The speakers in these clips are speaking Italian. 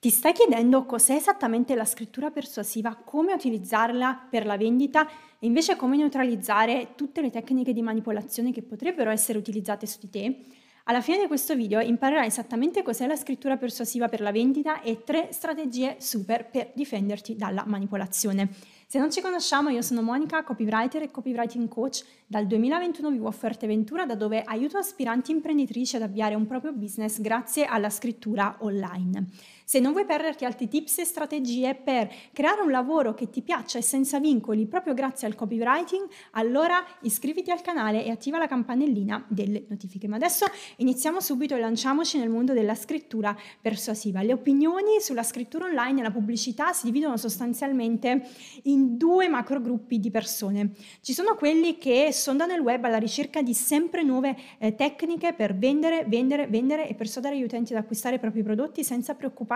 Ti stai chiedendo cos'è esattamente la scrittura persuasiva, come utilizzarla per la vendita e invece come neutralizzare tutte le tecniche di manipolazione che potrebbero essere utilizzate su di te? Alla fine di questo video imparerai esattamente cos'è la scrittura persuasiva per la vendita e 3 strategie super per difenderti dalla manipolazione. Se non ci conosciamo, io sono Monica, copywriter e copywriting coach. Dal 2021 vivo a Fuerteventura, da dove aiuto aspiranti imprenditrici ad avviare un proprio business grazie alla scrittura online. Se non vuoi perderti altri tips e strategie per creare un lavoro che ti piaccia e senza vincoli proprio grazie al copywriting, allora iscriviti al canale e attiva la campanellina delle notifiche. Ma adesso iniziamo subito e lanciamoci nel mondo della scrittura persuasiva. Le opinioni sulla scrittura online e la pubblicità si dividono sostanzialmente in 2 macro gruppi di persone. Ci sono quelli che sondano il web alla ricerca di sempre nuove tecniche per vendere e persuadere gli utenti ad acquistare i propri prodotti senza preoccuparsi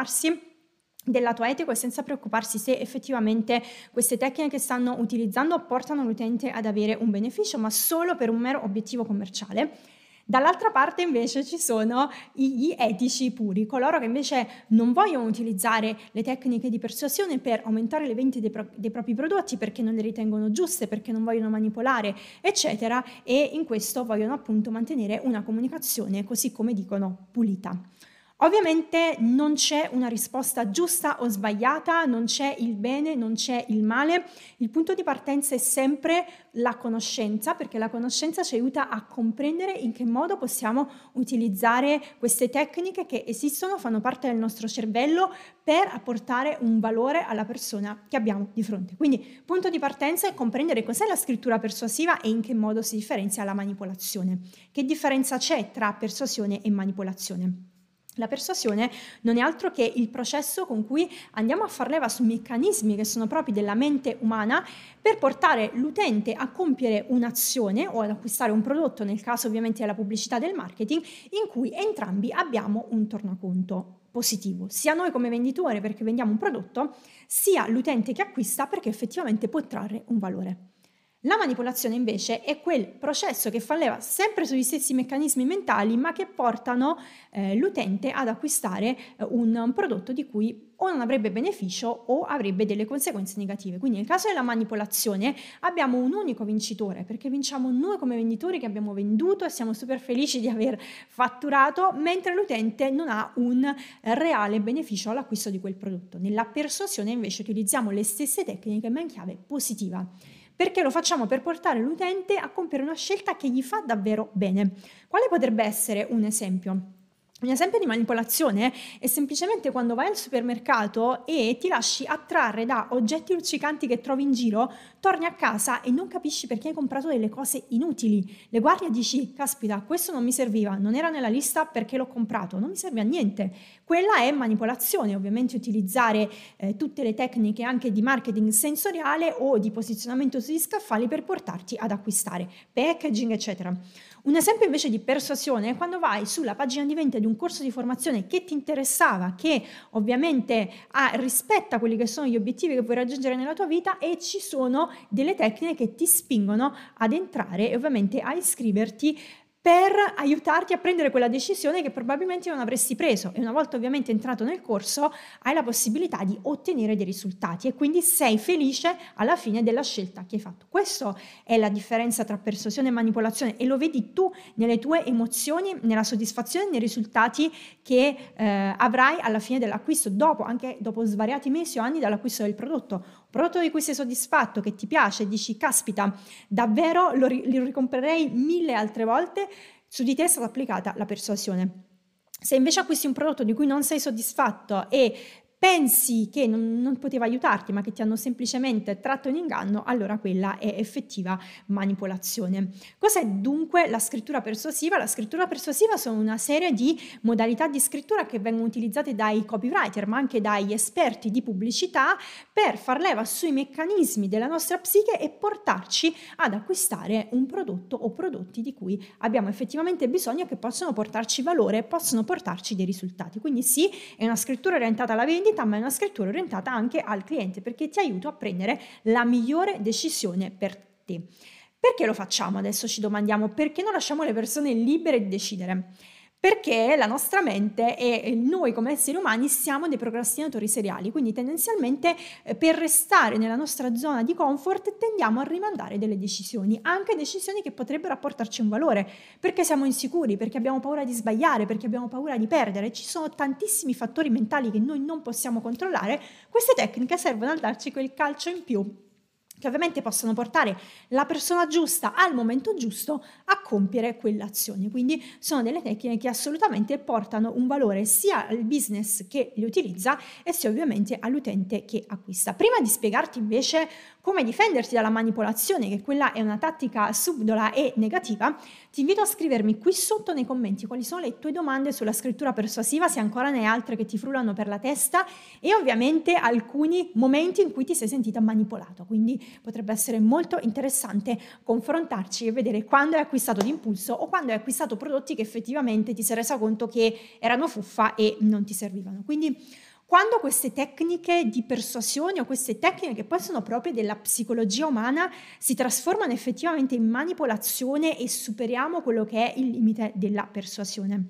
del lato etico e senza preoccuparsi se effettivamente queste tecniche che stanno utilizzando portano l'utente ad avere un beneficio, ma solo per un mero obiettivo commerciale. Dall'altra parte invece ci sono gli etici puri, coloro che invece non vogliono utilizzare le tecniche di persuasione per aumentare le vendite dei propri prodotti perché non le ritengono giuste, perché non vogliono manipolare, eccetera, e in questo vogliono appunto mantenere una comunicazione, così come dicono, pulita. Ovviamente non c'è una risposta giusta o sbagliata, non c'è il bene, non c'è il male. Il punto di partenza è sempre la conoscenza, perché la conoscenza ci aiuta a comprendere in che modo possiamo utilizzare queste tecniche che esistono, fanno parte del nostro cervello per apportare un valore alla persona che abbiamo di fronte. Quindi, punto di partenza è comprendere cos'è la scrittura persuasiva e in che modo si differenzia dalla manipolazione. Che differenza c'è tra persuasione e manipolazione? La persuasione non è altro che il processo con cui andiamo a far leva su meccanismi che sono propri della mente umana per portare l'utente a compiere un'azione o ad acquistare un prodotto, nel caso ovviamente della pubblicità e del marketing, in cui entrambi abbiamo un tornaconto positivo, sia noi come venditore perché vendiamo un prodotto, sia l'utente che acquista perché effettivamente può trarre un valore. La manipolazione invece è quel processo che fa leva sempre sugli stessi meccanismi mentali ma che portano l'utente ad acquistare un prodotto di cui o non avrebbe beneficio o avrebbe delle conseguenze negative. Quindi nel caso della manipolazione abbiamo un unico vincitore perché vinciamo noi come venditori che abbiamo venduto e siamo super felici di aver fatturato, mentre l'utente non ha un reale beneficio all'acquisto di quel prodotto. Nella persuasione invece utilizziamo le stesse tecniche ma in chiave positiva, perché lo facciamo per portare l'utente a compiere una scelta che gli fa davvero bene. Quale potrebbe essere un esempio? Un esempio di manipolazione è semplicemente quando vai al supermercato e ti lasci attrarre da oggetti luccicanti che trovi in giro, torni a casa e non capisci perché hai comprato delle cose inutili. Le guardi e dici, caspita, questo non mi serviva, non era nella lista perché l'ho comprato, non mi serve a niente. Quella è manipolazione, ovviamente utilizzare tutte le tecniche anche di marketing sensoriale o di posizionamento sugli scaffali per portarti ad acquistare, packaging, eccetera. Un esempio invece di persuasione è quando vai sulla pagina di vendita di un corso di formazione che ti interessava, che ovviamente rispetta quelli che sono gli obiettivi che vuoi raggiungere nella tua vita e ci sono delle tecniche che ti spingono ad entrare e ovviamente a iscriverti per aiutarti a prendere quella decisione che probabilmente non avresti preso, e una volta ovviamente entrato nel corso hai la possibilità di ottenere dei risultati e quindi sei felice alla fine della scelta che hai fatto. Questa è la differenza tra persuasione e manipolazione e lo vedi tu nelle tue emozioni, nella soddisfazione e nei risultati che avrai alla fine dell'acquisto, anche dopo svariati mesi o anni dall'acquisto del prodotto di cui sei soddisfatto, che ti piace, dici caspita, davvero lo ricomprerei 1000 altre volte. Su di te è stata applicata la persuasione. Se invece acquisti un prodotto di cui non sei soddisfatto e pensi che non poteva aiutarti ma che ti hanno semplicemente tratto in inganno, allora quella è effettiva manipolazione. Cos'è dunque la scrittura persuasiva? La scrittura persuasiva sono una serie di modalità di scrittura che vengono utilizzate dai copywriter ma anche dagli esperti di pubblicità per far leva sui meccanismi della nostra psiche e portarci ad acquistare un prodotto o prodotti di cui abbiamo effettivamente bisogno e che possono portarci valore, possono portarci dei risultati. Quindi sì, è una scrittura orientata alla vendita, ma è una scrittura orientata anche al cliente perché ti aiuta a prendere la migliore decisione per te. Perché lo facciamo? Adesso ci domandiamo perché non lasciamo le persone libere di decidere. Perché la nostra mente e noi come esseri umani siamo dei procrastinatori seriali, quindi tendenzialmente per restare nella nostra zona di comfort tendiamo a rimandare delle decisioni, anche decisioni che potrebbero apportarci un valore, perché siamo insicuri, perché abbiamo paura di sbagliare, perché abbiamo paura di perdere. Ci sono tantissimi fattori mentali che noi non possiamo controllare. Queste tecniche servono a darci quel calcio in più, che ovviamente possono portare la persona giusta al momento giusto a compiere quell'azione. Quindi sono delle tecniche che assolutamente portano un valore sia al business che li utilizza e sia ovviamente all'utente che acquista. Prima di spiegarti invece come difenderti dalla manipolazione, che quella è una tattica subdola e negativa, ti invito a scrivermi qui sotto nei commenti quali sono le tue domande sulla scrittura persuasiva, se ancora ne hai altre che ti frullano per la testa, e ovviamente alcuni momenti in cui ti sei sentita manipolato. Quindi potrebbe essere molto interessante confrontarci e vedere quando hai acquistato d'impulso o quando hai acquistato prodotti che effettivamente ti sei resa conto che erano fuffa e non ti servivano. Quindi quando queste tecniche di persuasione o queste tecniche che poi sono proprie della psicologia umana si trasformano effettivamente in manipolazione e superiamo quello che è il limite della persuasione.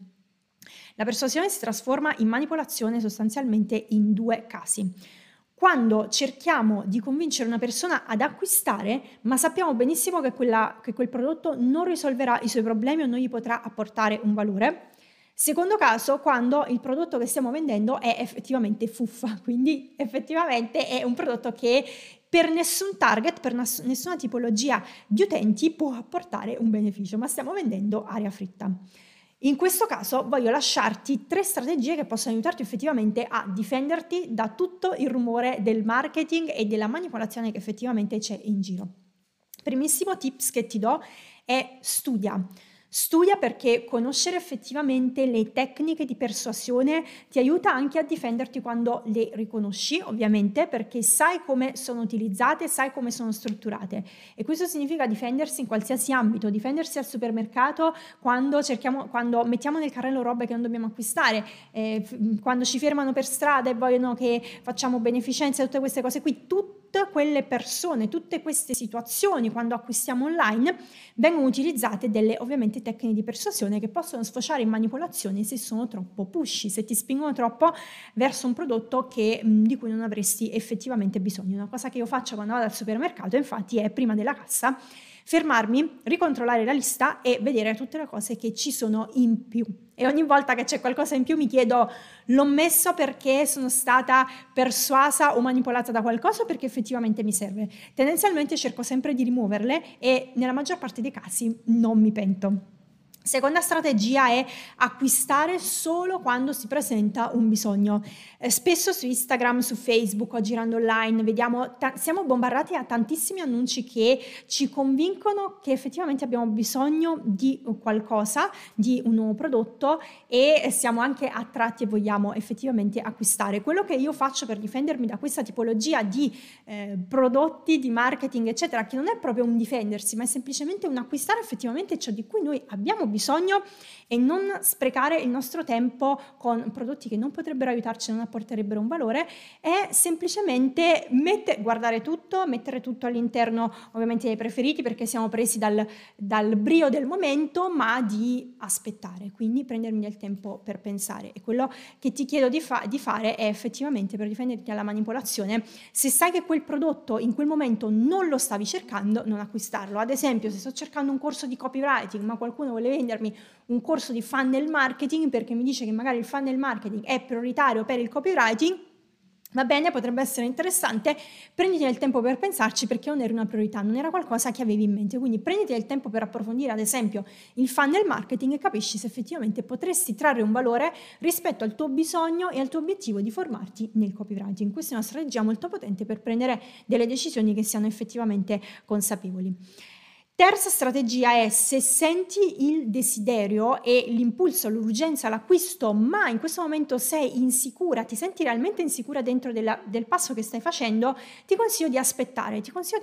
La persuasione si trasforma in manipolazione sostanzialmente in due casi. Quando cerchiamo di convincere una persona ad acquistare, ma sappiamo benissimo che quel prodotto non risolverà i suoi problemi o non gli potrà apportare un valore. Secondo caso, quando il prodotto che stiamo vendendo è effettivamente fuffa, quindi effettivamente è un prodotto che per nessun target, per nessuna tipologia di utenti può apportare un beneficio, ma stiamo vendendo aria fritta. In questo caso voglio lasciarti 3 strategie che possono aiutarti effettivamente a difenderti da tutto il rumore del marketing e della manipolazione che effettivamente c'è in giro. Primissimo tips che ti do è studia. Studia, perché conoscere effettivamente le tecniche di persuasione ti aiuta anche a difenderti quando le riconosci, ovviamente, perché sai come sono utilizzate, sai come sono strutturate. E questo significa difendersi in qualsiasi ambito, difendersi al supermercato quando mettiamo nel carrello robe che non dobbiamo acquistare, quando ci fermano per strada e vogliono che facciamo beneficenza, tutte queste cose qui, tutte quelle persone, tutte queste situazioni quando acquistiamo online vengono utilizzate delle ovviamente tecniche di persuasione che possono sfociare in manipolazione se sono troppo pushy, se ti spingono troppo verso un prodotto di cui non avresti effettivamente bisogno. Una cosa che io faccio quando vado al supermercato, infatti, è prima della cassa fermarmi, ricontrollare la lista e vedere tutte le cose che ci sono in più. E ogni volta che c'è qualcosa in più mi chiedo: l'ho messo perché sono stata persuasa o manipolata da qualcosa o perché effettivamente mi serve? Tendenzialmente cerco sempre di rimuoverle e nella maggior parte dei casi non mi pento. Seconda strategia è acquistare solo quando si presenta un bisogno. Spesso su Instagram, su Facebook o girando online siamo bombardati da tantissimi annunci che ci convincono che effettivamente abbiamo bisogno di qualcosa, di un nuovo prodotto, e siamo anche attratti e vogliamo effettivamente acquistare. Quello che io faccio per difendermi da questa tipologia di prodotti, di marketing, eccetera, che non è proprio un difendersi, ma è semplicemente un acquistare effettivamente ciò di cui noi abbiamo bisogno e non sprecare il nostro tempo con prodotti che non potrebbero aiutarci, non apporterebbero un valore, è semplicemente guardare tutto, mettere tutto all'interno ovviamente dei preferiti, perché siamo presi dal brio del momento, ma di aspettare, quindi prendermi del tempo per pensare. E quello che ti chiedo di fare è effettivamente, per difenderti dalla manipolazione, se sai che quel prodotto in quel momento non lo stavi cercando, non acquistarlo. Ad esempio, se sto cercando un corso di copywriting ma qualcuno vuole vendermi un corso di funnel marketing perché mi dice che magari il funnel marketing è prioritario per il copywriting, va bene, potrebbe essere interessante, prenditi del tempo per pensarci, perché non era una priorità, non era qualcosa che avevi in mente. Quindi prenditi del tempo per approfondire ad esempio il funnel marketing e capisci se effettivamente potresti trarre un valore rispetto al tuo bisogno e al tuo obiettivo di formarti nel copywriting. Questa è una strategia molto potente per prendere delle decisioni che siano effettivamente consapevoli. Terza strategia è: se senti il desiderio e l'impulso, l'urgenza, l'acquisto, ma in questo momento sei insicura, ti senti realmente insicura dentro del passo che stai facendo, ti consiglio di aspettare,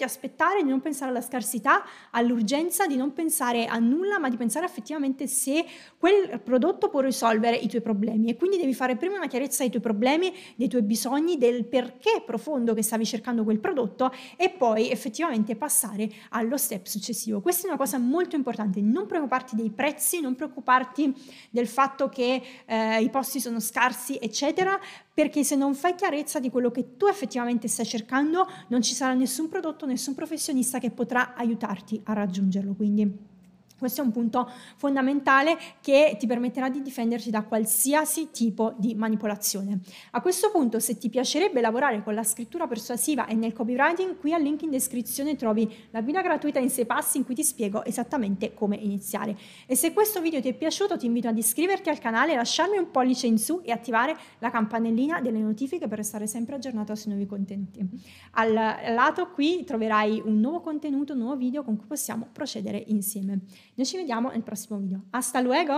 di non pensare alla scarsità, all'urgenza, di non pensare a nulla, ma di pensare effettivamente se quel prodotto può risolvere i tuoi problemi. E quindi devi fare prima una chiarezza dei tuoi problemi, dei tuoi bisogni, del perché profondo che stavi cercando quel prodotto, e poi effettivamente passare allo step successivo, successivo. Questa è una cosa molto importante, non preoccuparti dei prezzi, non preoccuparti del fatto che i posti sono scarsi, eccetera, perché se non fai chiarezza di quello che tu effettivamente stai cercando, non ci sarà nessun prodotto, nessun professionista che potrà aiutarti a raggiungerlo. Quindi questo è un punto fondamentale che ti permetterà di difenderti da qualsiasi tipo di manipolazione. A questo punto, se ti piacerebbe lavorare con la scrittura persuasiva e nel copywriting, qui al link in descrizione trovi la guida gratuita in 6 passi in cui ti spiego esattamente come iniziare. E se questo video ti è piaciuto, ti invito ad iscriverti al canale, lasciarmi un pollice in su e attivare la campanellina delle notifiche per restare sempre aggiornata sui nuovi contenuti. Al lato qui troverai un nuovo contenuto, un nuovo video con cui possiamo procedere insieme. Noi ci vediamo nel prossimo video. Hasta luego!